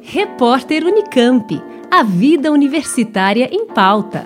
Repórter Unicamp. A vida universitária em pauta.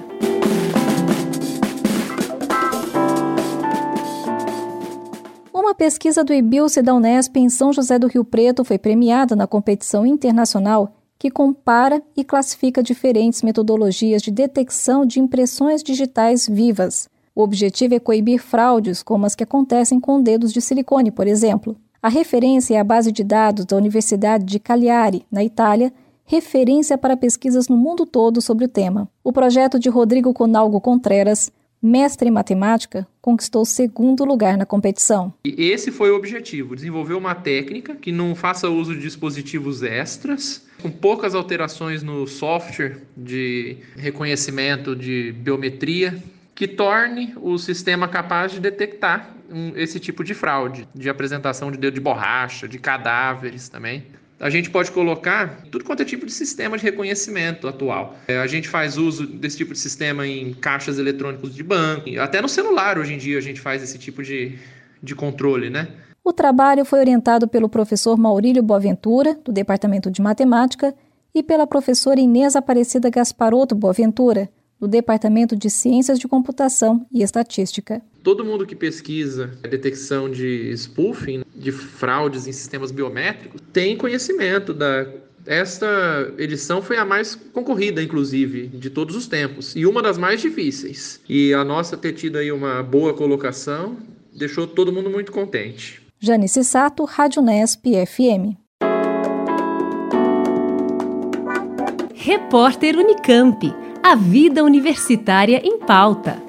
Uma pesquisa do IBILCE da Unesp em São José do Rio Preto foi premiada na competição internacional que compara e classifica diferentes metodologias de detecção de impressões digitais vivas. O objetivo é coibir fraudes, como as que acontecem com dedos de silicone, por exemplo. A referência é a base de dados da Universidade de Cagliari, na Itália, referência para pesquisas no mundo todo sobre o tema. O projeto de Rodrigo Conalgo Contreras, mestre em matemática, conquistou o segundo lugar na competição. E esse foi o objetivo, desenvolver uma técnica que não faça uso de dispositivos extras, com poucas alterações no software de reconhecimento de biometria, que torne o sistema capaz de detectar esse tipo de fraude, de apresentação de dedo de borracha, de cadáveres também. A gente pode colocar tudo quanto é tipo de sistema de reconhecimento atual. A gente faz uso desse tipo de sistema em caixas eletrônicos de banco, até no celular hoje em dia a gente faz esse tipo de controle, né? O trabalho foi orientado pelo professor Maurílio Boaventura, do Departamento de Matemática, e pela professora Inês Aparecida Gasparotto Boaventura, do Departamento de Ciências de Computação e Estatística. Todo mundo que pesquisa a detecção de spoofing, de fraudes em sistemas biométricos, tem conhecimento Esta edição foi a mais concorrida, inclusive, de todos os tempos, e uma das mais difíceis. E a nossa ter tido aí uma boa colocação deixou todo mundo muito contente. Janice Sato, Rádio Unesp FM. Repórter Unicamp. A vida universitária em pauta.